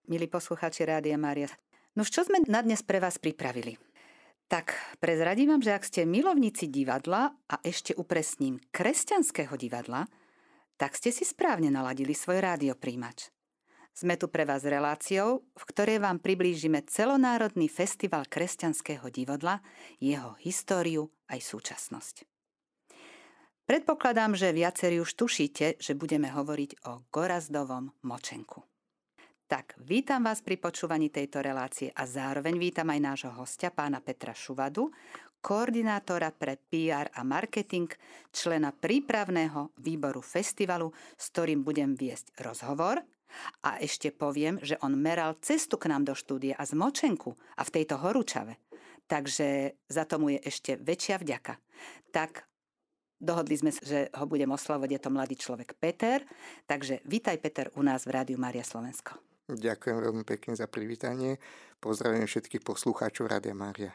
milí poslucháči Rádia Mária. No čo sme na dnes pre vás pripravili? Tak prezradím vám, že ak ste milovníci divadla a ešte upresním kresťanského divadla, tak ste si správne naladili svoj rádiopríjimač. Sme tu pre vás reláciou, v ktorej vám priblížime celonárodný festival kresťanského divadla, jeho históriu aj súčasnosť. Predpokladám, že viacerí už tušíte, že budeme hovoriť o Gorazdovom močenku. Tak, vítam vás pri počúvaní tejto relácie a zároveň vítam aj nášho hostia, pána Petra Šuvadu, koordinátora pre PR a marketing, člena prípravného výboru festivalu, s ktorým budem viesť rozhovor. A ešte poviem, že on meral cestu k nám do štúdia a z močenku a v tejto horúčave. Takže za tomu je ešte väčšia vďaka. Tak dohodli sme, že ho budem oslavovať, je to mladý človek Peter. Takže vítaj Peter u nás v Rádiu Mária Slovensko. Ďakujem veľmi pekne za privítanie. Pozdravujem všetkých poslucháčov Rádia Mária.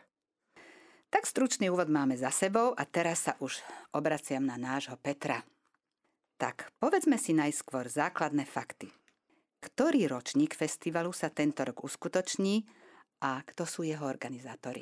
Tak stručný úvod máme za sebou a teraz sa už obraciam na nášho Petra. Tak povedzme si najskôr základné fakty. Ktorý ročník festivalu sa tento rok uskutoční a kto sú jeho organizátori?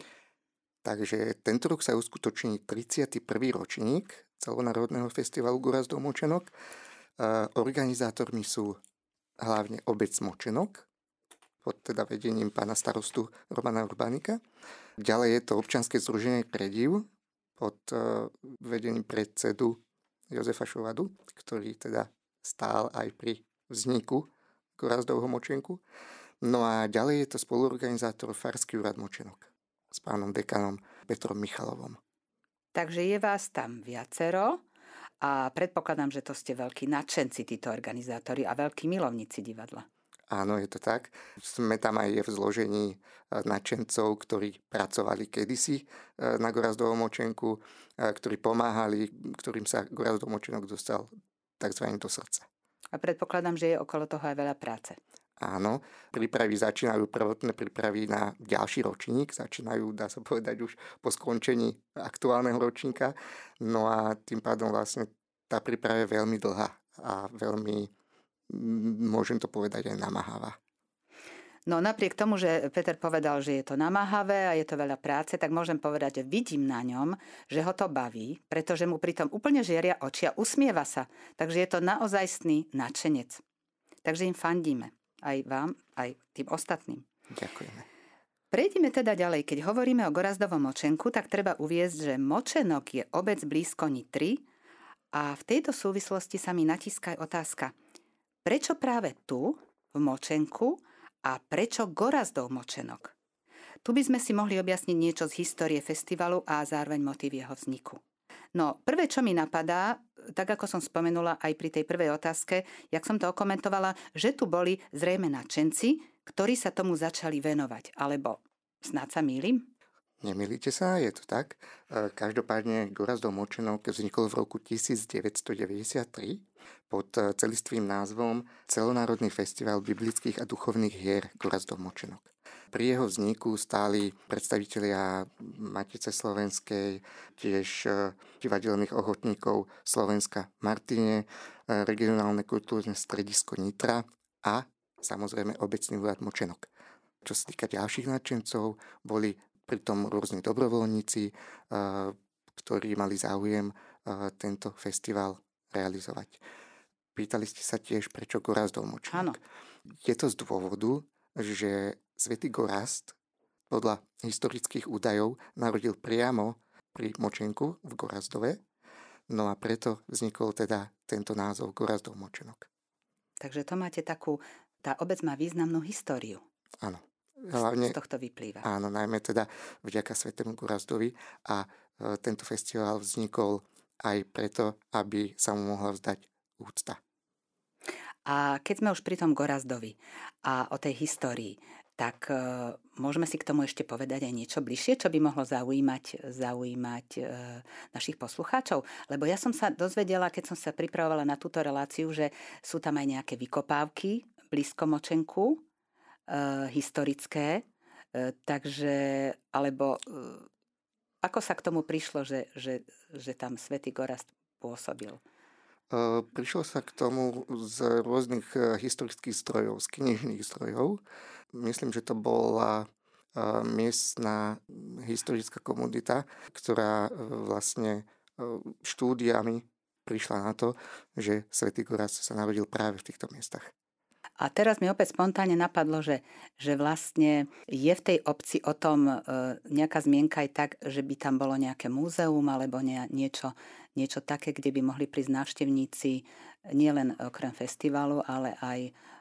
Takže tento rok sa uskutoční 31. ročník celonárodného festivalu Gorazdov močenok. Organizátormi sú hlavne obec Močenok, pod teda vedením pána starostu Romana Urbánika. Ďalej je to občianske združenie Prediv pod vedením predsedu Jozefa Šuvadu, ktorý teda stál aj pri vzniku Gorazdovho močenku. No a ďalej je to spoluorganizátor Farský úrad Močenok s pánom dekanom Petrom Michalovom. Takže je vás tam viacero. A predpokladám, že to ste veľkí nadšenci, títo organizátori a veľkí milovníci divadla. Áno, je to tak. Sme tam aj v zložení nadšencov, ktorí pracovali kedysi na Gorazdovom močenku, ktorí pomáhali, ktorým sa Gorazdov močenok dostal takzvané do srdca. A predpokladám, že je okolo toho aj veľa práce. Áno, prípravy začínajú, prvotné prípravy na ďalší ročník, začínajú, dá sa povedať, už po skončení aktuálneho ročníka. No a tým pádom vlastne tá príprava je veľmi dlhá a veľmi, môžem to povedať, aj namáhavá. No napriek tomu, že Peter povedal, že je to namáhavé a je to veľa práce, tak môžem povedať, že vidím na ňom, že ho to baví, pretože mu pritom úplne žiaria oči a usmieva sa. Takže je to naozajstný nadšenec. Takže im fandíme. Aj vám, aj tým ostatným. Ďakujeme. Prejdime teda ďalej. Keď hovoríme o Gorazdovom močenku, tak treba uviesť, že Močenok je obec blízko Nitry a v tejto súvislosti sa mi natíska aj otázka. Prečo práve tu, v Močenku, a prečo Gorazdov močenok? Tu by sme si mohli objasniť niečo z histórie festivalu a zároveň motív jeho vzniku. No, prvé, čo mi napadá, tak ako som spomenula aj pri tej prvej otázke, jak som to okomentovala, že tu boli zrejme nadšenci, ktorí sa tomu začali venovať. Alebo snáď sa mýlim? Nemýlite sa, je to tak. Každopádne Gorazdov močenok vznikol v roku 1993 pod celistvým názvom Celonárodný festival biblických a duchovných hier Gorazdov močenok. Pri jeho vzniku stáli predstavitelia Matice slovenskej, tiež divadelných ochotníkov Slovenska v Martine, regionálne kultúrne stredisko Nitra a samozrejme obecný úrad Močenok. Čo sa týka ďalších nadšencov, boli pritom rôzni dobrovoľníci, ktorí mali záujem tento festival realizovať. Pýtali ste sa tiež, prečo Gorazdov močenok. Áno. Je to z dôvodu, že svätý Gorazd podľa historických údajov narodil priamo pri močenku v Gorazdove, no a preto vznikol teda tento názov Gorazdov močenok. Takže to máte takú, tá obec má významnú históriu. Áno. Hlavne, z tohto vyplýva. Áno, najmä teda vďaka svätému Gorazdovi a tento festival vznikol aj preto, aby sa mu mohla vzdať úcta. A keď sme už pri tom Gorazdovi a o tej histórii, tak môžeme si k tomu ešte povedať aj niečo bližšie, čo by mohlo zaujímať našich poslucháčov. Lebo ja som sa dozvedela, keď som sa pripravovala na túto reláciu, že sú tam aj nejaké vykopávky blízko Močenku, historické, takže, alebo ako sa k tomu prišlo, že tam svätý Gorazd pôsobil? Prišlo sa k tomu z rôznych historických zdrojov, z knižných zdrojov. Myslím, že to bola miestna historická komunita, ktorá vlastne štúdiami prišla na to, že Svätý Gorazd sa narodil práve v týchto miestach. A teraz mi opäť spontánne napadlo, že vlastne je v tej obci o tom nejaká zmienka aj tak, že by tam bolo nejaké múzeum alebo niečo také, kde by mohli prísť návštevníci nielen okrem festivalu, ale aj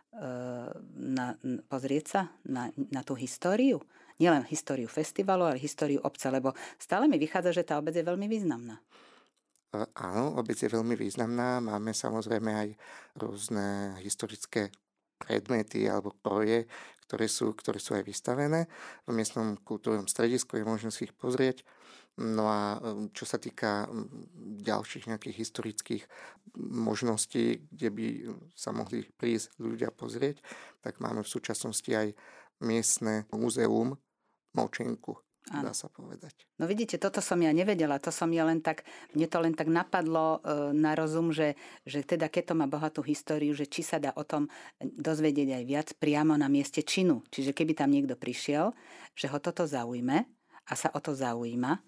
pozrieť sa na tú históriu. Nielen históriu festivalu, ale históriu obce, lebo stále mi vychádza, že tá obec je veľmi významná. Áno, obec je veľmi významná. Máme samozrejme aj rôzne historické predmety alebo proje, ktoré sú aj vystavené. V miestnom kultúrnom stredisku je možnosť ich pozrieť. No a čo sa týka ďalších nejakých historických možností, kde by sa mohli prísť ľudia pozrieť, tak máme v súčasnosti aj miestne múzeum Močenku, dá sa povedať. No vidíte, toto som ja nevedela, mne to len tak napadlo na rozum, že teda keď to má bohatú históriu, že či sa dá o tom dozvedieť aj viac priamo na mieste činu. Čiže keby tam niekto prišiel, že ho toto zaujme a sa o to zaujíma,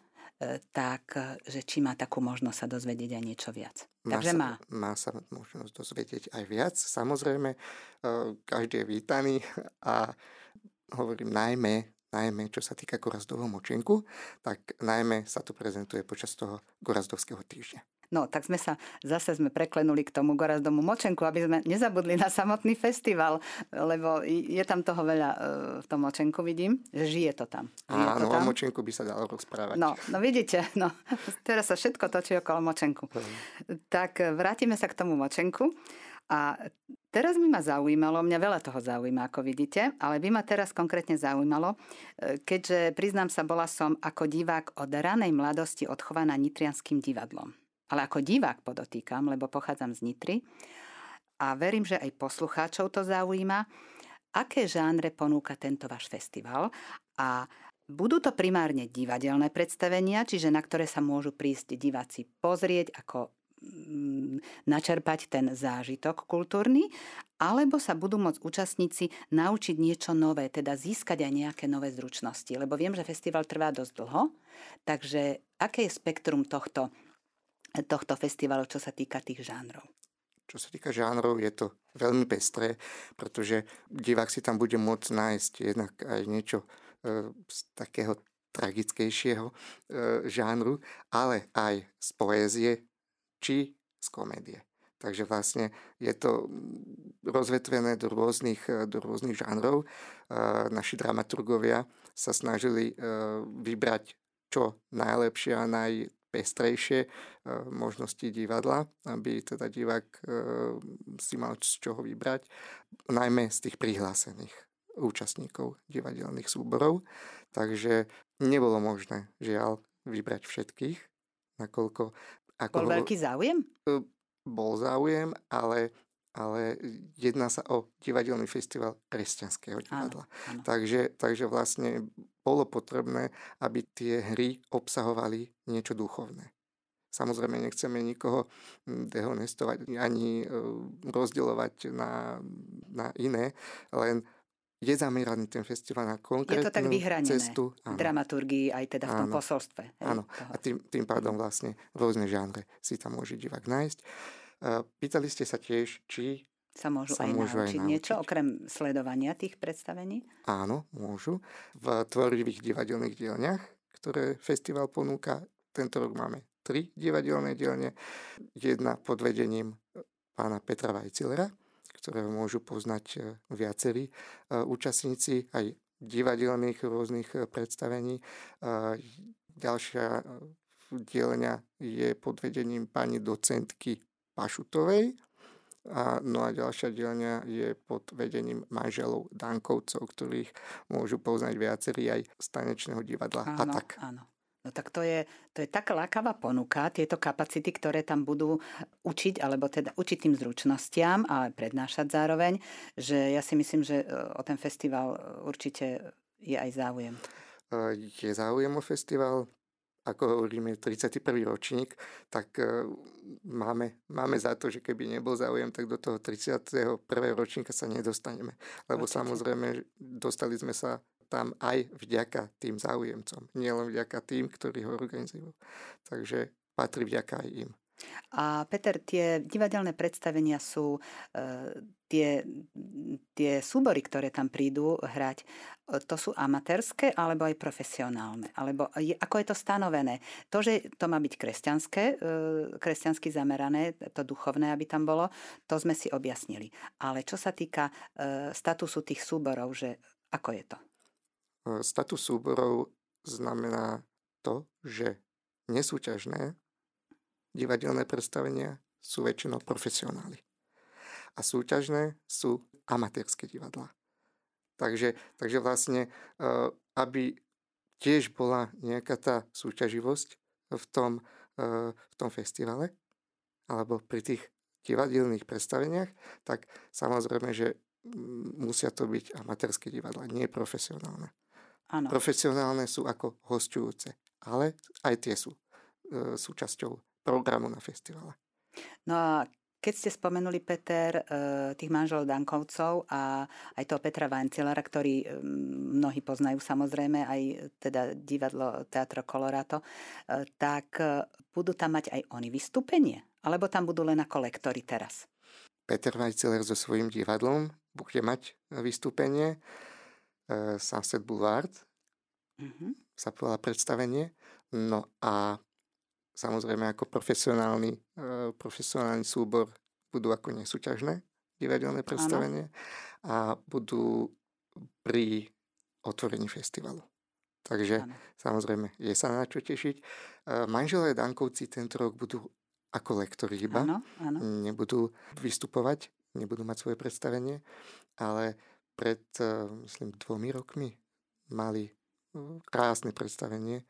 tak že či má takú možnosť sa dozvedieť aj niečo viac. Takže má. Má sa možnosť dozvedieť aj viac. Samozrejme, každý je vítaný a hovorím najmä čo sa týka Gorazdovho Močenku, tak najmä sa to prezentuje počas toho Gorazdovského týždňa. No, tak sme preklenuli k tomu Gorazdovmu Močenku, aby sme nezabudli na samotný festival, lebo je tam toho veľa v tom Močenku, vidím, že žije to tam. Áno, o Močenku by sa dalo rozprávať. No vidíte, teraz sa všetko točí okolo Močenku. Tak vrátime sa k tomu Močenku. A teraz by ma zaujímalo, mňa veľa toho zaujíma, ako vidíte, ale by ma teraz konkrétne zaujímalo, keďže priznám sa, bola som ako divák od ranej mladosti odchovaná Nitrianskym divadlom. Ale ako divák podotýkam, lebo pochádzam z Nitry a verím, že aj poslucháčov to zaujíma, aké žánre ponúka tento váš festival a budú to primárne divadelné predstavenia, čiže na ktoré sa môžu prísť diváci pozrieť, ako načerpať ten zážitok kultúrny, alebo sa budú môcť účastníci naučiť niečo nové, teda získať aj nejaké nové zručnosti. Lebo viem, že festival trvá dosť dlho, takže aké je spektrum tohto festivalu, čo sa týka tých žánrov? Čo sa týka žánrov, je to veľmi pestré, pretože divák si tam bude môcť nájsť jednak aj niečo z takého tragickejšieho žánru, ale aj z poézie, či z komédie. Takže vlastne je to rozvetvené do rôznych žánrov. Naši dramaturgovia sa snažili vybrať čo najlepšie a najpestrejšie možnosti divadla, aby teda divák si mal z čoho vybrať, najmä z tých prihlásených účastníkov divadelných súborov. Takže nebolo možné, žiaľ, vybrať všetkých, nakoľko bol veľký záujem? Bol záujem, ale jedná sa o divadelný festival kresťanského divadla. Áno. Takže vlastne bolo potrebné, aby tie hry obsahovali niečo duchovné. Samozrejme, nechceme nikoho dehonestovať ani rozdeľovať na iné, len je zameraný ten festival na konkrétnu cestu. Je to tak vyhranené v dramaturgii aj teda v tom posolstve. Áno, a tým pádom vlastne rôzne žánre si tam môže divák nájsť. Pýtali ste sa tiež, či sa môžu aj naučiť niečo, okrem sledovania tých predstavení? Áno, môžu. V tvorivých divadelných dielňach, ktoré festival ponúka, tento rok máme 3 divadelné dielne. Jedna pod vedením pána Petra Vajcilera, ktorého môžu poznať viacerí účastníci aj divadelných rôznych predstavení. Ďalšia dielňa je pod vedením pani docentky Pašutovej. No a ďalšia dielňa je pod vedením manželov Dankovcov, ktorých môžu poznať viacerí aj z tanečného divadla. Áno. No tak to je taká lákavá ponuka, tieto kapacity, ktoré tam budú učiť, alebo teda učiť tým zručnostiam a prednášať zároveň, že ja si myslím, že o ten festival určite je aj záujem. Je záujem o festival ako hovoríme, 31. ročník, tak máme za to, že keby nebol záujem, tak do toho 31. ročníka sa nedostaneme. Lebo Určite. samozrejme, dostali sme sa tam aj vďaka tým záujemcom. Nielen vďaka tým, ktorí ho organizujú. Takže patrí vďaka aj im. A Peter, tie divadelné predstavenia sú tie súbory, ktoré tam prídu hrať, to sú amatérske alebo aj profesionálne? Alebo ako je to stanovené? To, že to má byť kresťansky zamerané, to duchovné, aby tam bolo, to sme si objasnili. Ale čo sa týka statusu tých súborov, že ako je to? Status súborov znamená to, že nesúťažné divadelné predstavenia sú väčšinou profesionáli. A súťažné sú amatérske divadlá. Takže vlastne, aby tiež bola nejaká tá súťaživosť v tom festivale, alebo pri tých divadelných predstaveniach, tak samozrejme, že musia to byť amatérske divadlá, nie profesionálne. Áno. Profesionálne sú ako hosťujúce, ale aj tie sú súčasťou programu na festivale. No a keď ste spomenuli, Peter, tých manželov Dankovcov a aj toho Petra Vancilara, ktorý mnohí poznajú samozrejme, aj teda divadlo Teatro Colorato, tak budú tam mať aj oni vystúpenie? Alebo tam budú len ako lektori teraz? Peter Vancilar so svojím divadlom bude mať vystúpenie. Sunset Boulevard sa povedala predstavenie. No a samozrejme ako profesionálny súbor budú ako nesúťažné divadelné predstavenie a budú pri otvorení festivalu. Takže samozrejme je sa na čo tešiť. Manželia Dankovci tento rok budú ako lektori iba. Nebudú vystupovať, nebudú mať svoje predstavenie, ale pred, myslím, 2 rokmi mali krásne predstavenie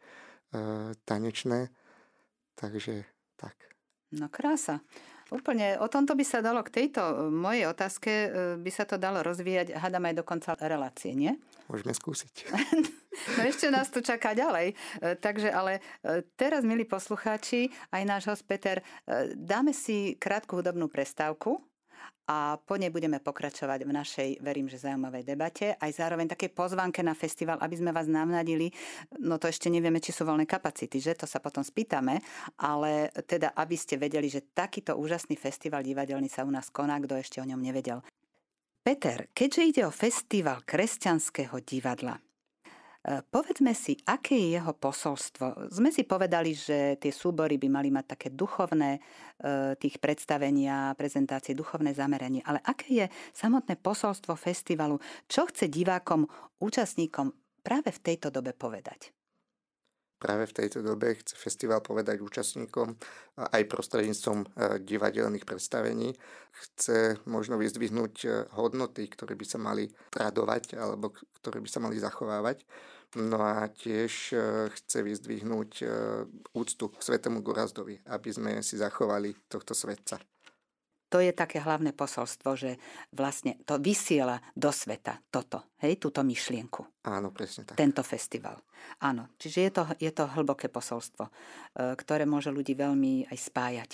tanečné. Takže tak. No krása. Úplne o tomto by sa dalo k tejto mojej otázke, by sa to dalo rozvíjať, hádam aj do konca relácie, nie? Môžeme skúsiť. No ešte nás tu čaká ďalej. Takže ale teraz, milí poslucháči, aj náš host Peter, dáme si krátku hudobnú prestávku a po nej budeme pokračovať v našej, verím, že zaujímavej debate, aj zároveň takej pozvánke na festival, aby sme vás navnadili. No to ešte nevieme, či sú voľné kapacity, že? To sa potom spýtame, ale teda, aby ste vedeli, že takýto úžasný festival divadelný sa u nás koná, kto ešte o ňom nevedel. Peter, keďže ide o festival kresťanského divadla, povedzme si, aké je jeho posolstvo. Sme si povedali, že tie súbory by mali mať také duchovné, tých predstavenia, prezentácie, duchovné zameranie. Ale aké je samotné posolstvo festivalu? Čo chce divákom, účastníkom práve v tejto dobe povedať? Práve v tejto dobe chce festival povedať účastníkom aj prostredníctvom divadelných predstavení. Chce možno vyzdvihnúť hodnoty, ktoré by sa mali tradovať alebo ktoré by sa mali zachovávať. No a tiež chce vyzdvihnúť úctu k Svätému Gorazdovi, aby sme si zachovali tohto svetca. To je také hlavné posolstvo, že vlastne to vysiela do sveta toto, túto myšlienku. Áno, presne tak. Tento festival. Áno, čiže je to hlboké posolstvo, ktoré môže ľudí veľmi aj spájať.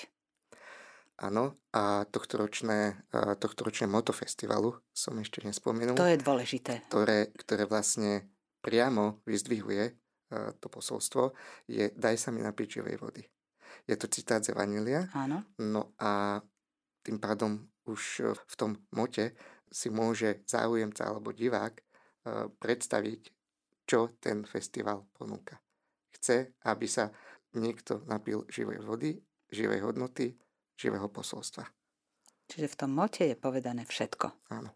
Áno, a tohtoročné motto festivalu som ešte nespomenul. To je dôležité. Ktoré vlastne priamo vyzdvihuje to posolstvo, je Daj sa mi napiť živej vody. Je to citát z Evanjelia. Áno. No a tým pádom už v tom mote si môže záujemca alebo divák predstaviť, čo ten festival ponúka. Chce, aby sa niekto napil živej vody, živej hodnoty, živého posolstva. Čiže v tom mote je povedané všetko. Áno.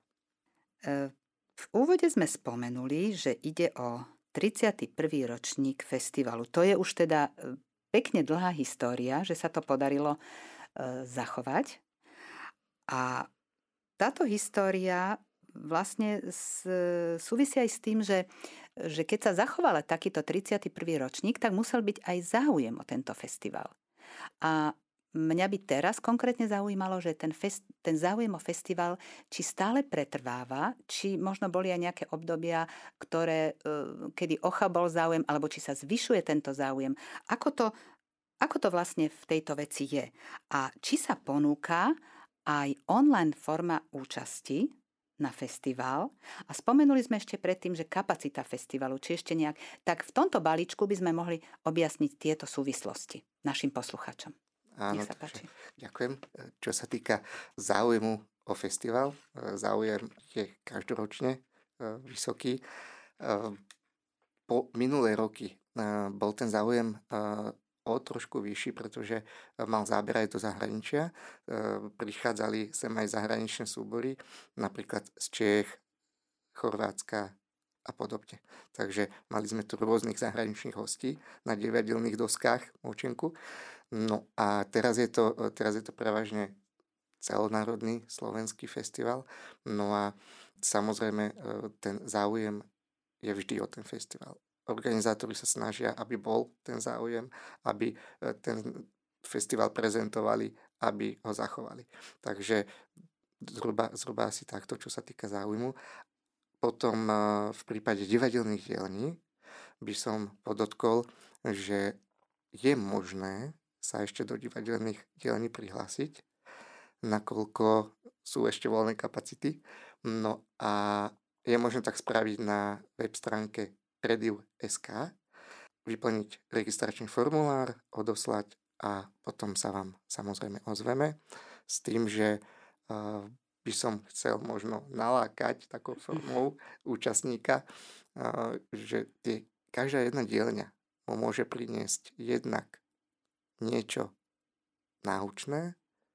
V úvode sme spomenuli, že ide o 31. ročník festivalu. To je už teda pekne dlhá história, že sa to podarilo zachovať. A táto história vlastne súvisí aj s tým, že keď sa zachovala takýto 31. ročník, tak musel byť aj záujem o tento festival. A Mňa by teraz konkrétne zaujímalo, že ten záujem o festival, či stále pretrváva, či možno boli aj nejaké obdobia, kedy ochabol záujem, alebo či sa zvyšuje tento záujem. Ako to vlastne v tejto veci je? A či sa ponúka aj online forma účasti na festival? A spomenuli sme ešte predtým, že kapacita festivalu, či ešte nejak. Tak v tomto balíčku by sme mohli objasniť tieto súvislosti našim poslucháčom. Áno, Nech sa páči. Ďakujem. Čo sa týka záujmu o festival, záujem je každoročne vysoký. Po minulé roky bol ten záujem o trošku vyšší, pretože mal záber aj do zahraničia. Prichádzali sem aj zahraničné súbory, napríklad z Čiech, Chorvátska a podobne. Takže mali sme tu rôznych zahraničných hostí na divadelných doskách Močenku. No a teraz je to prevažne celonárodný slovenský festival. No a samozrejme ten záujem je vždy o ten festival. Organizátori sa snažia, aby bol ten záujem, aby ten festival prezentovali, aby ho zachovali. Takže zhruba asi takto, čo sa týka záujmu. Potom v prípade divadelných dielní by som podotkol, že je možné sa ešte do divadelných dielní prihlásiť, nakoľko sú ešte voľné kapacity. No a je možné tak spraviť na web stránke prediv.sk, vyplniť registračný formulár, odoslať a potom sa vám samozrejme ozveme s tým, že by som chcel možno nalákať takou formou účastníka, že každá jedna dielňa mu môže priniesť jednak niečo náučné,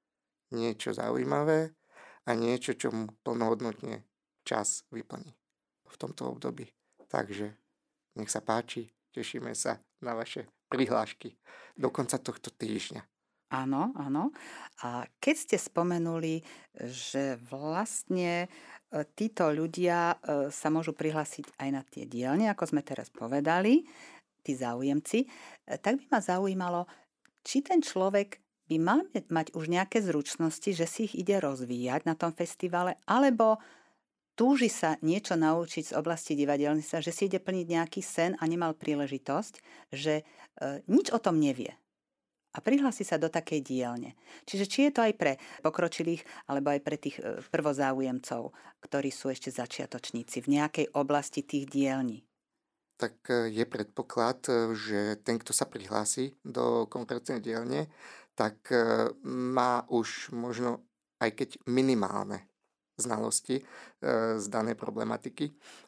niečo zaujímavé a niečo, čo mu plnohodnotne čas vyplní v tomto období. Takže nech sa páči, tešíme sa na vaše prihlášky do konca tohto týždňa. Áno, áno. A keď ste spomenuli, že vlastne títo ľudia sa môžu prihlásiť aj na tie dielne, ako sme teraz povedali, tí záujemci, tak by ma zaujímalo, či ten človek by mal mať už nejaké zručnosti, že si ich ide rozvíjať na tom festivale, alebo túži sa niečo naučiť z oblasti divadelníctva, že si ide plniť nejaký sen a nemal príležitosť, že nič o tom nevie. A prihlási sa do takej dielne. Čiže či je to aj pre pokročilých, alebo aj pre tých prvozáujemcov, ktorí sú ešte začiatočníci v nejakej oblasti tých dielní. Tak je predpoklad, že ten, kto sa prihlási do konkrétnej dielne, tak má už možno aj keď minimálne znalosti z danej problematiky.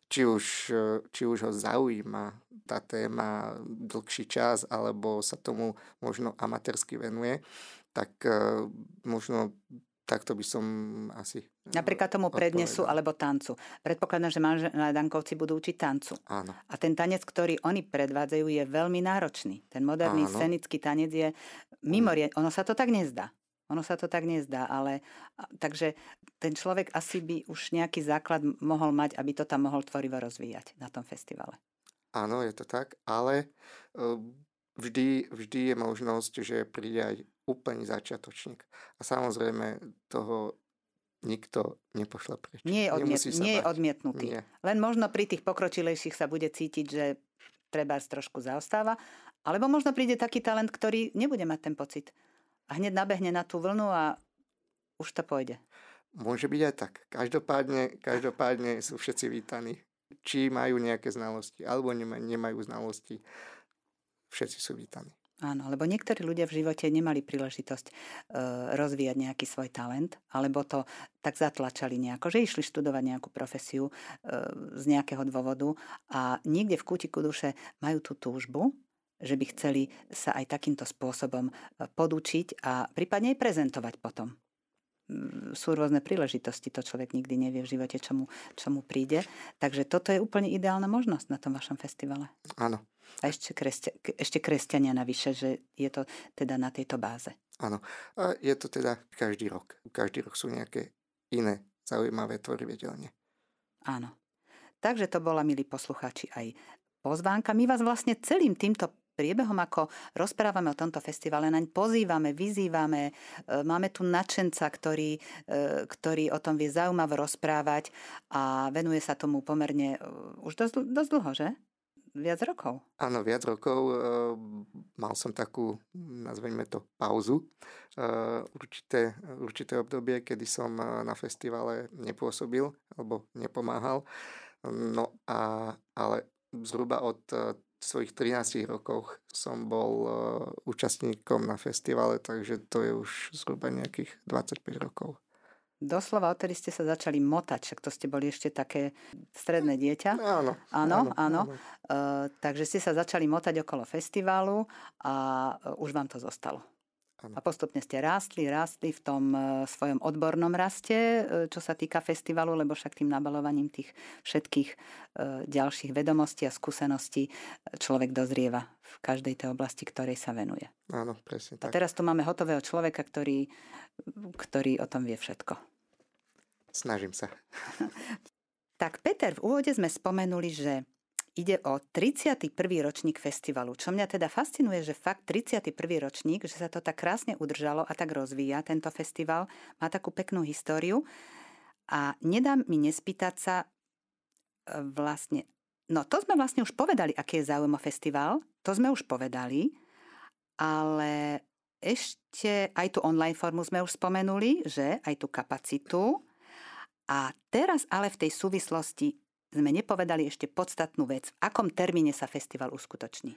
Či už ho zaujíma tá téma dlhší čas, alebo sa tomu možno amatérsky venuje, tak možno takto by som asi napríklad tomu prednesu alebo tancu. Predpokladám, že manželé Dankovci budú učiť tancu. Áno. A ten tanec, ktorý oni predvádzajú, je veľmi náročný. Ten moderný scenický tanec je mimoriadny. Ono sa to tak nezdá. Ale takže ten človek asi by už nejaký základ mohol mať, aby to tam mohol tvorivo rozvíjať na tom festivale. Áno, je to tak, ale vždy je možnosť, že príde aj úplný začiatočník. A samozrejme toho nikto nepošle preč. Nie je odmietnutý. Nie. Len možno pri tých pokročilejších sa bude cítiť, že trebárs trošku zaostáva, alebo možno príde taký talent, ktorý nebude mať ten pocit. A hneď nabehne na tú vlnu a už to pôjde. Môže byť aj tak. Každopádne sú všetci vítaní. Či majú nejaké znalosti, alebo nemajú znalosti, všetci sú vítaní. Áno, lebo niektorí ľudia v živote nemali príležitosť rozvíjať nejaký svoj talent, alebo to tak zatlačali nejako, že išli študovať nejakú profesiu z nejakého dôvodu a niekde v kútiku duše majú tú túžbu, že by chceli sa aj takýmto spôsobom podučiť a prípadne aj prezentovať potom. Sú rôzne príležitosti, to človek nikdy nevie v živote, čomu príde. Takže toto je úplne ideálna možnosť na tom vašom festivale. Áno. A ešte kresťania navyše, že je to teda na tejto báze. Áno. A je to teda každý rok. Každý rok sú nejaké iné zaujímavé tvorivé dielne. Áno. Takže to bola, milí poslucháči, aj pozvánka. My vás vlastne celým týmto priebehom, ako rozprávame o tomto festivale, naň pozývame, vyzývame, máme tu nadšenca, ktorý o tom vie zaujímavo rozprávať a venuje sa tomu pomerne už dosť dlho, že? Viac rokov. Áno, viac rokov. Mal som takú, nazvime to, pauzu. Určité obdobie, kedy som na festivale nepôsobil alebo nepomáhal. Ale zhruba od svojich 13 rokoch som bol účastníkom na festivale, takže to je už zhruba nejakých 25 rokov. Doslova, odtedy ste sa začali motať, však to ste boli ešte také stredné dieťa. Áno. Takže ste sa začali motať okolo festivalu a už vám to zostalo. Áno. A postupne ste rástli v tom svojom odbornom raste, čo sa týka festivalu, lebo však tým nabalovaním tých všetkých ďalších vedomostí a skúseností človek dozrieva v každej tej oblasti, ktorej sa venuje. Áno, presne tak. A teraz tu máme hotového človeka, ktorý o tom vie všetko. Snažím sa. Tak Peter, v úvode sme spomenuli, že ide o 31. ročník festivalu. Čo mňa teda fascinuje, že fakt 31. ročník, že sa to tak krásne udržalo a tak rozvíja tento festival, má takú peknú históriu a nedá mi nespýtať sa vlastne, no to sme vlastne už povedali, aký je záujem o festival, to sme už povedali, ale ešte aj tú online formu sme už spomenuli, že aj tú kapacitu. A teraz ale v tej súvislosti sme nepovedali ešte podstatnú vec. V akom termíne sa festival uskutoční?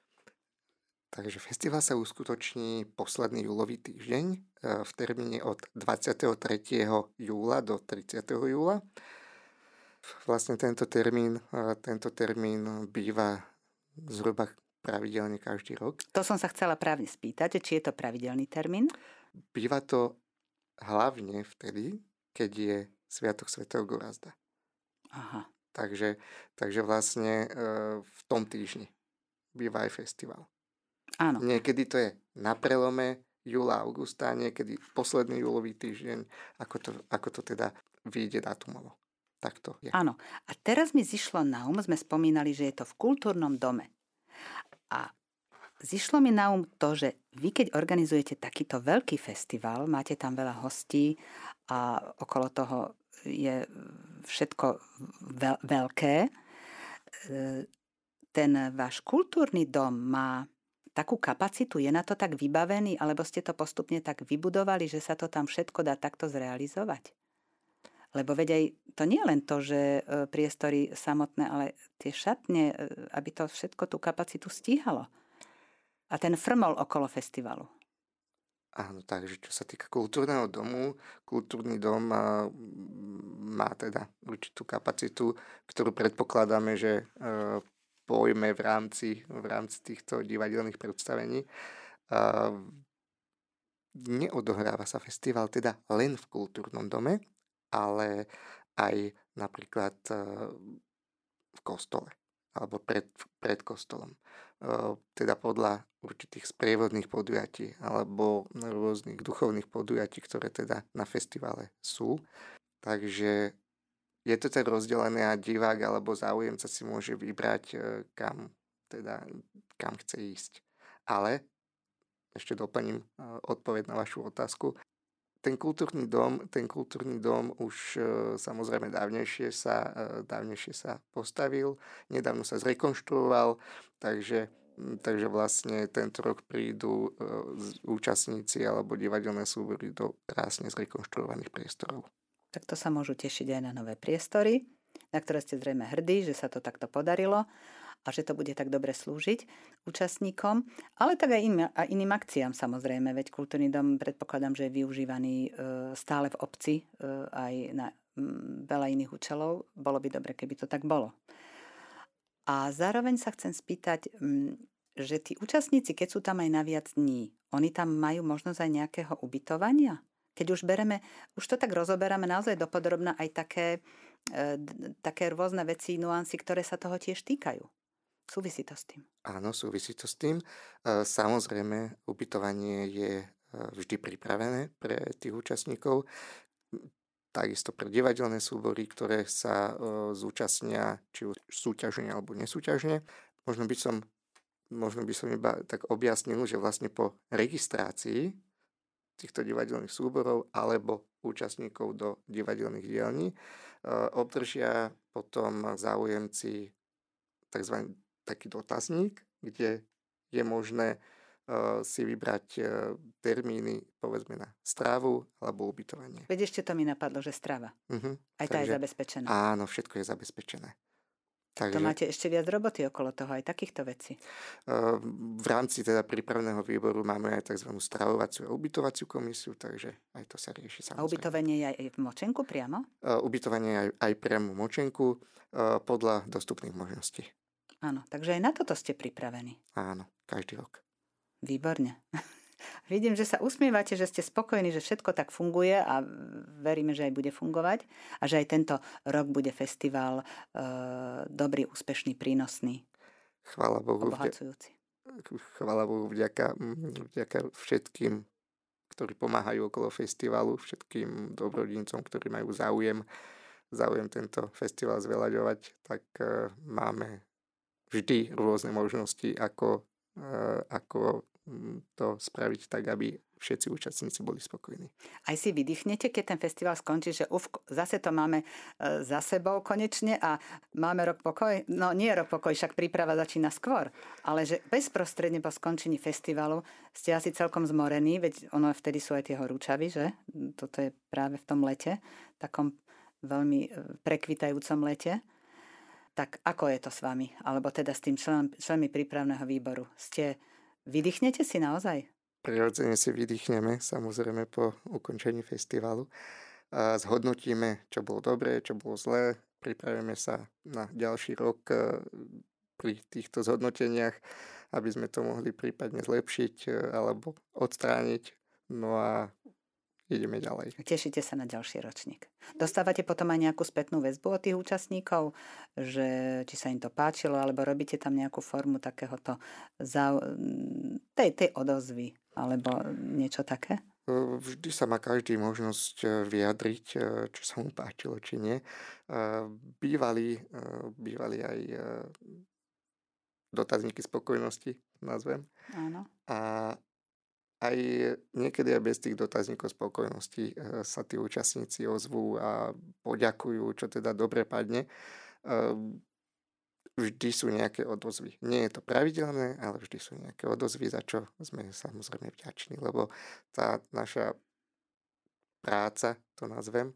Takže festival sa uskutoční posledný júlový týždeň v termíne od 23. júla do 30. júla. Vlastne tento termín býva zhruba pravidelne každý rok. To som sa chcela právne spýtať, či je to pravidelný termín? Býva to hlavne vtedy, keď je Sviatok svätého Gorazda. Aha. Takže vlastne v tom týždni býva aj festival. Áno. Niekedy to je na prelome júla a augusta, niekedy posledný júlový týždeň, ako to teda vyjde dátumovo. Tak to je. Áno. A teraz mi zišlo na sme spomínali, že je to v kultúrnom dome. A zišlo mi na to, že vy keď organizujete takýto veľký festival, máte tam veľa hostí a okolo toho je všetko veľké. Ten váš kultúrny dom má takú kapacitu, je na to tak vybavený, alebo ste to postupne tak vybudovali, že sa to tam všetko dá takto zrealizovať? Lebo veď aj to nie len to, že priestory samotné, ale tie šatne, aby to všetko tú kapacitu stíhalo. A ten frmol okolo festivalu. Áno, takže čo sa týka kultúrneho domu, kultúrny dom má teda určitú kapacitu, ktorú predpokladáme, že pojme v rámci týchto divadelných predstavení. Neodohráva sa festival teda len v kultúrnom dome, ale aj napríklad v kostole alebo pred kostolom. Teda podľa určitých sprievodných podujatí alebo rôznych duchovných podujatí, ktoré teda na festivale sú. Takže je to tak rozdelené a divák alebo záujemca si môže vybrať, kam chce ísť. Ale ešte doplním odpoveď na vašu otázku. Ten kultúrny dom už samozrejme dávnejšie sa postavil, nedávno sa zrekonštruoval, takže vlastne tento rok prídu účastníci alebo divadelné súbory do krásne zrekonštruovaných priestorov. Tak to sa môžu tešiť aj na nové priestory, na ktoré ste zrejme hrdí, že sa to takto podarilo a že to bude tak dobre slúžiť účastníkom, ale tak aj iným akciám samozrejme, veď kultúrny dom predpokladám, že je využívaný stále v obci aj na veľa iných účelov. Bolo by dobre, keby to tak bolo. A zároveň sa chcem spýtať, že tí účastníci, keď sú tam aj na viac dní, oni tam majú možnosť aj nejakého ubytovania? Keď už to tak rozoberáme naozaj dopodrobna aj také rôzne veci, nuancy, ktoré sa toho tiež týkajú. Súvisí to s tým? Áno, súvisí to s tým. Samozrejme, ubytovanie je vždy pripravené pre tých účastníkov. Takisto pre divadelné súbory, ktoré sa zúčastnia či už súťažne alebo nesúťažne. Možno by som možno by som iba tak objasnil, že vlastne po registrácii týchto divadelných súborov alebo účastníkov do divadelných dielní obdržia potom záujemci tzv. Taký dotazník, kde je možné si vybrať termíny, povedzme, na stravu alebo ubytovanie. Veď ešte to mi napadlo, že strava. Aj tá je zabezpečená. Áno, všetko je zabezpečené. Takže, to máte ešte viac roboty okolo toho, aj takýchto vecí. V rámci teda prípravného výboru máme aj tzv. Stravovaciu a ubytovaciu komisiu, takže aj to sa rieši samozrejme. A ubytovanie je aj v Močenku priamo? Ubytovanie je aj priamo v Močenku podľa dostupných možností. Áno, takže aj na toto ste pripravení. Áno, každý rok. Výborne. Vidím, že sa usmievate, že ste spokojní, že všetko tak funguje a veríme, že aj bude fungovať a že aj tento rok bude festival dobrý, úspešný, prínosný. Chvála Bohu. Obohacujúci. Chvála Bohu, vďaka všetkým, ktorí pomáhajú okolo festivalu, všetkým dobrodincom, ktorí majú záujem tento festival zveľaďovať, tak máme vždy rôzne možnosti, ako to spraviť tak, aby všetci účastníci boli spokojní. Aj si vydýchnete, keď ten festival skončí, že zase to máme za sebou konečne a máme rok pokoj? No nie rok pokoj, však príprava začína skôr, ale že bezprostredne po skončení festivalu ste asi celkom zmorení, veď ono vtedy sú aj tie horúčavy, že? Toto je práve v tom lete, takom veľmi prekvitajúcom lete. Tak ako je to s vami? Alebo teda s tým členmi prípravného výboru? Vydýchnete si naozaj? Prirodzene si vydýchneme, samozrejme po ukončení festivalu. Zhodnotíme, čo bolo dobré, čo bolo zlé. Pripravíme sa na ďalší rok pri týchto zhodnoteniach, aby sme to mohli prípadne zlepšiť alebo odstrániť. No a ideme ďalej. Tešíte sa na ďalší ročník. Dostávate potom aj nejakú spätnú väzbu od tých účastníkov, že či sa im to páčilo, alebo robíte tam nejakú formu takéhoto tej odozvy, alebo niečo také? Vždy sa má každý možnosť vyjadriť, čo sa mu páčilo, či nie. Bývali aj dotazníky spokojnosti, nazvem. Áno. A aj niekedy aj bez tých dotazníkov spokojnosti sa tí účastníci ozvú a poďakujú, čo teda dobre padne. Vždy sú nejaké odozvy. Nie je to pravidelné, ale vždy sú nejaké odozvy, za čo sme samozrejme vďační, lebo tá naša práca, to nazvem,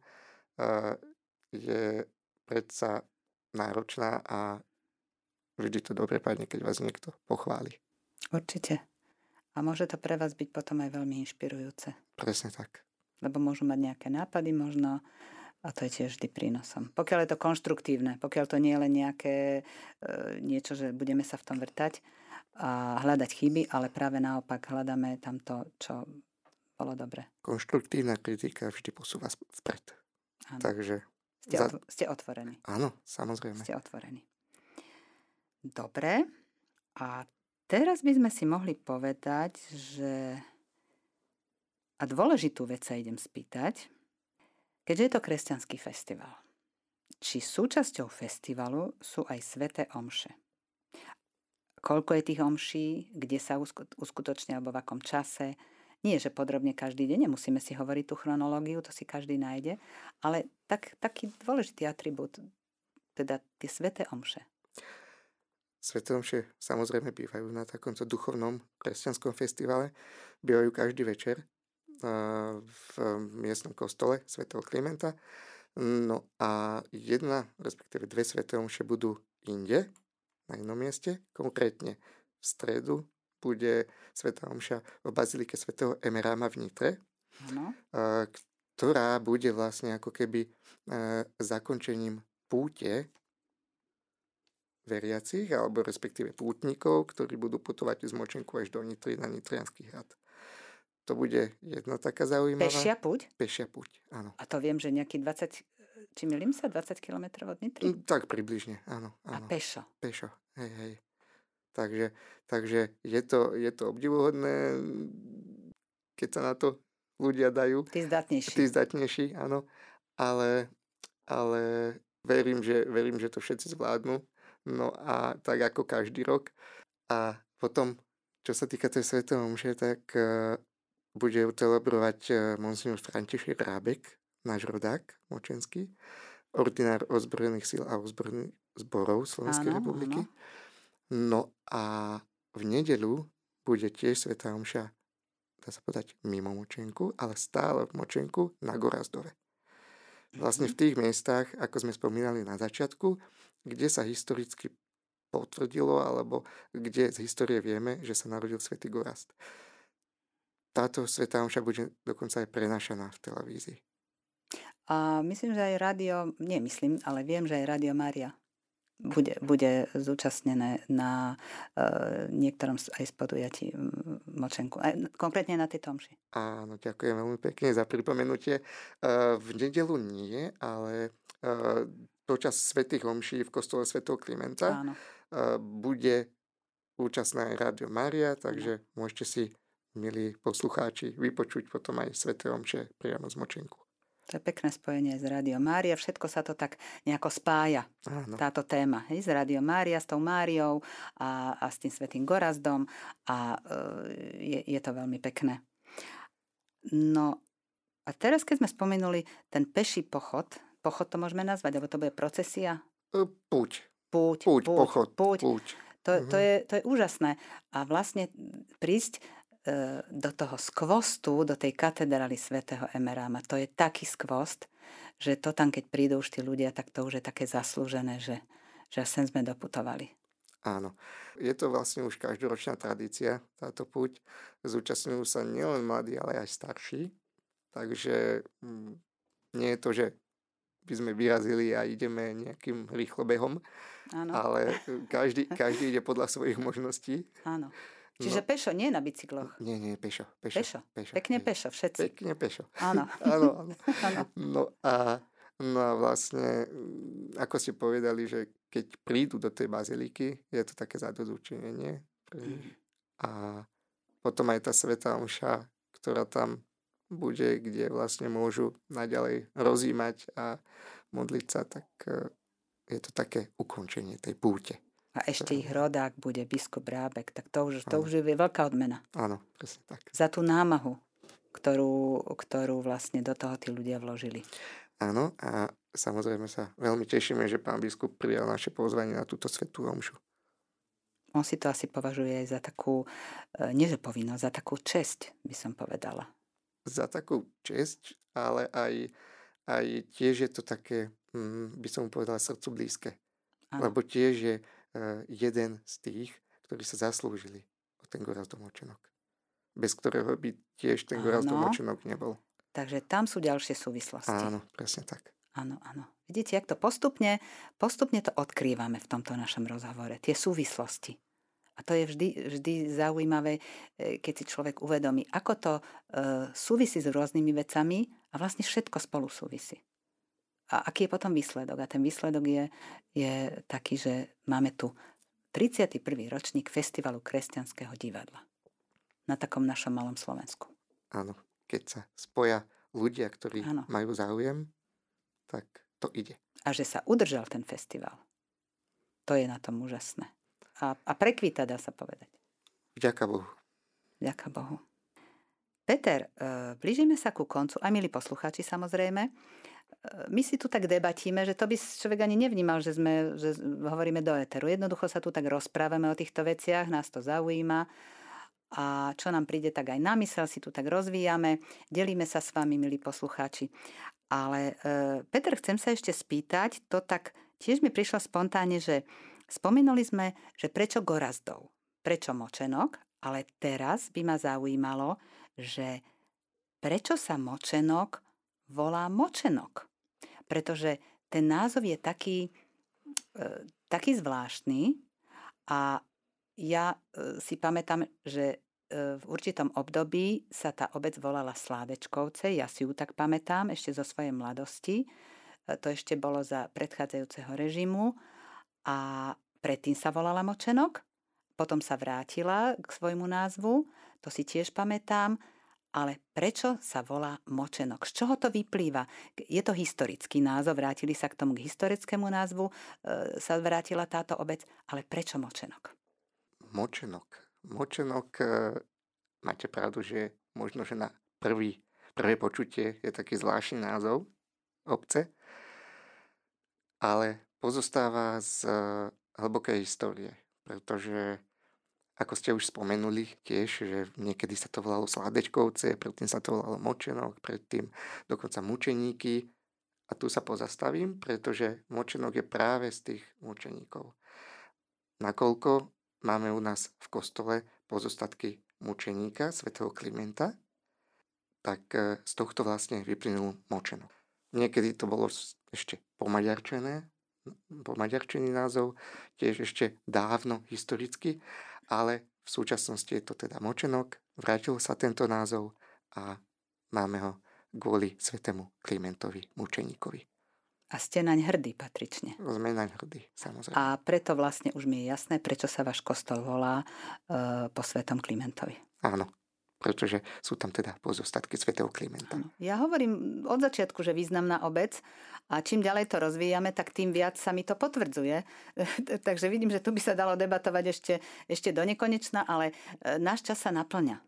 je predsa náročná a vždy to dobre padne, keď vás niekto pochváli. Určite. A môže to pre vás byť potom aj veľmi inšpirujúce. Presne tak. Lebo môžu mať nejaké nápady možno a to je tiež vždy prínosom. Pokiaľ je to konštruktívne, pokiaľ to nie je len nejaké niečo, že budeme sa v tom vrtať a hľadať chyby, ale práve naopak hľadáme tam to, čo bolo dobre. Konštruktívna kritika vždy posúva vpred. Áno. Takže ste otvorení. Áno, samozrejme. Ste otvorení. Dobre. A teraz by sme si mohli povedať, že a dôležitú vec sa idem spýtať, keďže je to kresťanský festival. Či súčasťou festivalu sú aj sväté omše? Koľko je tých omší, kde sa uskutočnia alebo v akom čase? Nie, že podrobne každý deň, nemusíme si hovoriť tú chronológiu, to si každý nájde, ale taký dôležitý atribút, teda tie sväté omše. Sväté omše samozrejme bývajú na takomto duchovnom kresťanskom festivale. Bývajú každý večer v miestnom kostole svätého Klimenta. No a respektíve dve sväté omše budú inde, na inom mieste. Konkrétne v stredu bude svätá omša v bazilike svätého Emeráma v Nitre, ktorá bude vlastne ako keby zakončením púte veriacich, alebo respektíve pútnikov, ktorí budú putovať z Močenku až do Nitry na Nitriansky hrad. To bude jedna taká zaujímavá. Pešia púť? Pešia púť, áno. A to viem, že nejaký 20, či milím sa, 20 km od Nitry? Tak približne, áno. A pešo? Pešo, hej. Takže je to obdivuhodné, keď sa na to ľudia dajú. Tí zdatnejší, áno. Ale verím, že to všetci zvládnu. No a tak ako každý rok, A potom, čo sa týka tej svätej omše, tak bude ju celebrovať monsignor František Rábek, náš rodák močenský, ordinár ozbrojených síl a ozbrojených zborov Slovenskej Áno, áno. republiky. No a v nedeľu bude tiež svätá omša, dá sa povedať, mimo močenku, ale stále v močenku na Gorazdove. Vlastne v tých miestach, ako sme spomínali na začiatku, kde sa historicky potvrdilo, alebo kde z histórie vieme, že sa narodil svätý Gorazd. Táto svätá omša bude dokonca aj prenášaná v televízii. A myslím, že aj ale viem, že aj Rádio Mária bude zúčastnené na niektorom aj z podujatí močenku. Konkrétne na tejto omši. Áno, ďakujem veľmi pekne za pripomenutie. V nedeľu nie, ale počas svätých omší v kostole svätého Klimenta Áno. bude účastná aj Rádio Mária, takže môžete si, milí poslucháči, vypočuť potom aj sväté omše priamo z močenku. To je pekné spojenie s Rádio Mária. Všetko sa to tak nejako spája, táto téma. S Rádio Mária, s tou Máriou a s tým svätým Gorazdom a je to veľmi pekné. No a teraz, keď sme spomenuli ten peší pochod to môžeme nazvať, lebo to bude procesia? Púť, pochod. Púť. To je úžasné. A vlastne prísť do toho skvostu, do tej katedrály svätého Emeráma. To je taký skvost, že to tam, keď prídu už tí ľudia, tak to už je také zaslúžené, že sem sme doputovali. Áno. Je to vlastne už každoročná tradícia, táto púť. Zúčastňujú sa nielen mladí, ale aj starší. Takže nie je to, že by sme vyrazili a ideme nejakým rýchlobehom, ale každý ide podľa svojich možností. Áno. Čiže pešo, nie na bicykloch. Nie, pešo. Pekne pešo, všetci. Pekne pešo. Áno. Áno. No a vlastne, ako ste povedali, že keď prídu do tej baziliky, je to také zadozučinenie. A potom aj tá svätá omša, ktorá tam bude, kde vlastne môžu naďalej rozímať a modliť sa, tak je to také ukončenie tej púte. A ešte ich rodák bude biskup Rábek, tak to už je veľká odmena. Áno, presne tak. Za tú námahu, ktorú vlastne do toho tí ľudia vložili. Áno, a samozrejme sa veľmi tešíme, že pán biskup prijal naše pozvanie na túto svätú omšu. On si to asi považuje aj za takú, nie že povinnosť, za takú česť, by som povedala. Za takú česť, ale aj tiež je to také, by som povedala, srdcu blízke. Áno. Lebo tiež je jeden z tých, ktorí sa zaslúžili o ten Gorazdov močenok. Bez ktorého by tiež ten Gorazdov močenok nebol. Takže tam sú ďalšie súvislosti. Áno, presne tak. Áno. Vidíte, jak to postupne to odkrývame v tomto našom rozhovore. Tie súvislosti. A to je vždy zaujímavé, keď si človek uvedomí, ako to súvisí s rôznymi vecami a vlastne všetko spolu súvisí. A aký je potom výsledok? A ten výsledok je taký, že máme tu 31. ročník Festivalu kresťanského divadla. Na takom našom malom Slovensku. Áno, keď sa spoja ľudia, ktorí majú záujem, tak to ide. A že sa udržal ten festival. To je na tom úžasné. A prekvíta, dá sa povedať. Vďaka Bohu. Vďaka Bohu. Peter, blížime sa ku koncu, aj milí poslucháči samozrejme. My si tu tak debatíme, že to by človek ani nevnímal, že hovoríme do éteru. Jednoducho sa tu tak rozprávame o týchto veciach, nás to zaujíma a čo nám príde, tak aj na mysel si tu tak rozvíjame. Delíme sa s vami, milí poslucháči. Ale Peter, chcem sa ešte spýtať, to tak tiež mi prišlo spontánne, že spomínali sme, že prečo Gorazdov, prečo močenok, ale teraz by ma zaujímalo, že prečo sa močenok volá močenok. Pretože ten názov je taký zvláštny a ja si pamätám, že v určitom období sa tá obec volala Slávečkovce, ja si ju tak pamätám ešte zo svojej mladosti. To ešte bolo za predchádzajúceho režimu a predtým sa volala Močenok, potom sa vrátila k svojmu názvu, to si tiež pamätám, ale prečo sa volá Močenok? Z čoho to vyplýva? Je to historický názov, vrátili sa k tomu k historickému názvu, sa vrátila táto obec, ale prečo Močenok? Močenok, máte pravdu, že možno, že na prvé počutie je taký zvláštny názov obce, ale pozostáva z hlbokej histórie, pretože ako ste už spomenuli tiež, že niekedy sa to volalo Sládečkovce, predtým sa to volalo Močenok, predtým dokonca Mučeníky. A tu sa pozastavím, pretože Močenok je práve z tých mučeníkov. Nakoľko máme u nás v kostole pozostatky mučeníka svätého Klimenta, tak z tohto vlastne vyplynul Močenok. Niekedy to bolo ešte pomaďarčený názov, tiež ešte dávno historicky, ale v súčasnosti je to teda Močenok, vrátil sa tento názov a máme ho kvôli svätému Klimentovi mučeníkovi. A ste naň hrdí patrične. Sme naň hrdí, samozrejme. A preto vlastne už mi je jasné, prečo sa váš kostol volá po svätom Klimentovi. Áno, pretože sú tam teda pozostatky svätého Klimenta. Áno. Ja hovorím od začiatku, že významná obec a čím ďalej to rozvíjame, tak tým viac sa mi to potvrdzuje. Takže vidím, že tu by sa dalo debatovať ešte do nekonečna, ale náš čas sa naplňa.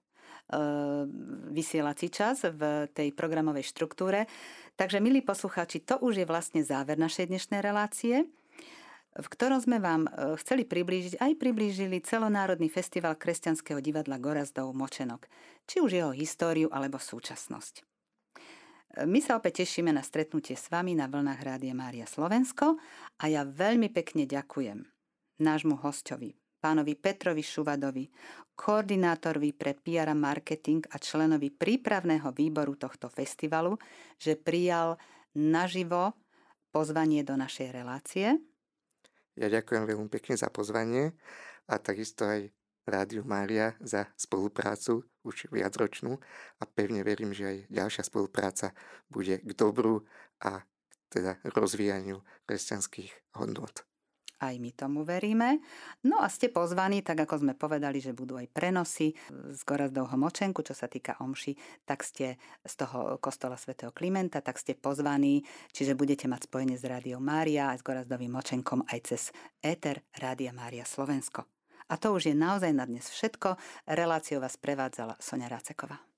Vysielací čas v tej programovej štruktúre. Takže, milí poslucháči, to už je vlastne záver našej dnešnej relácie, v ktorom sme vám chceli priblížili celonárodný festival kresťanského divadla Gorazdov Močenok, či už jeho históriu alebo súčasnosť. My sa opäť tešíme na stretnutie s vami na vlnách Rádia Mária Slovensko a ja veľmi pekne ďakujem nášmu hosťovi, pánovi Petrovi Šuvadovi, koordinátorovi pre PR a marketing a členovi prípravného výboru tohto festivalu, že prijal naživo pozvanie do našej relácie. Ja ďakujem veľmi pekne za pozvanie a takisto aj Rádiu Mária za spoluprácu už viacročnú a pevne verím, že aj ďalšia spolupráca bude k dobru a teda rozvíjaniu kresťanských hodnôt. Aj my tomu veríme. No a ste pozvaní, tak ako sme povedali, že budú aj prenosy z Gorazdovho Močenku, čo sa týka omši, tak ste z toho kostola svätého Klimenta, tak ste pozvaní, čiže budete mať spojenie s Rádiom Mária aj s Gorazdovým Močenkom aj cez éter Rádia Mária Slovensko. A to už je naozaj na dnes všetko. Reláciou vás prevádzala Soňa Ráceková.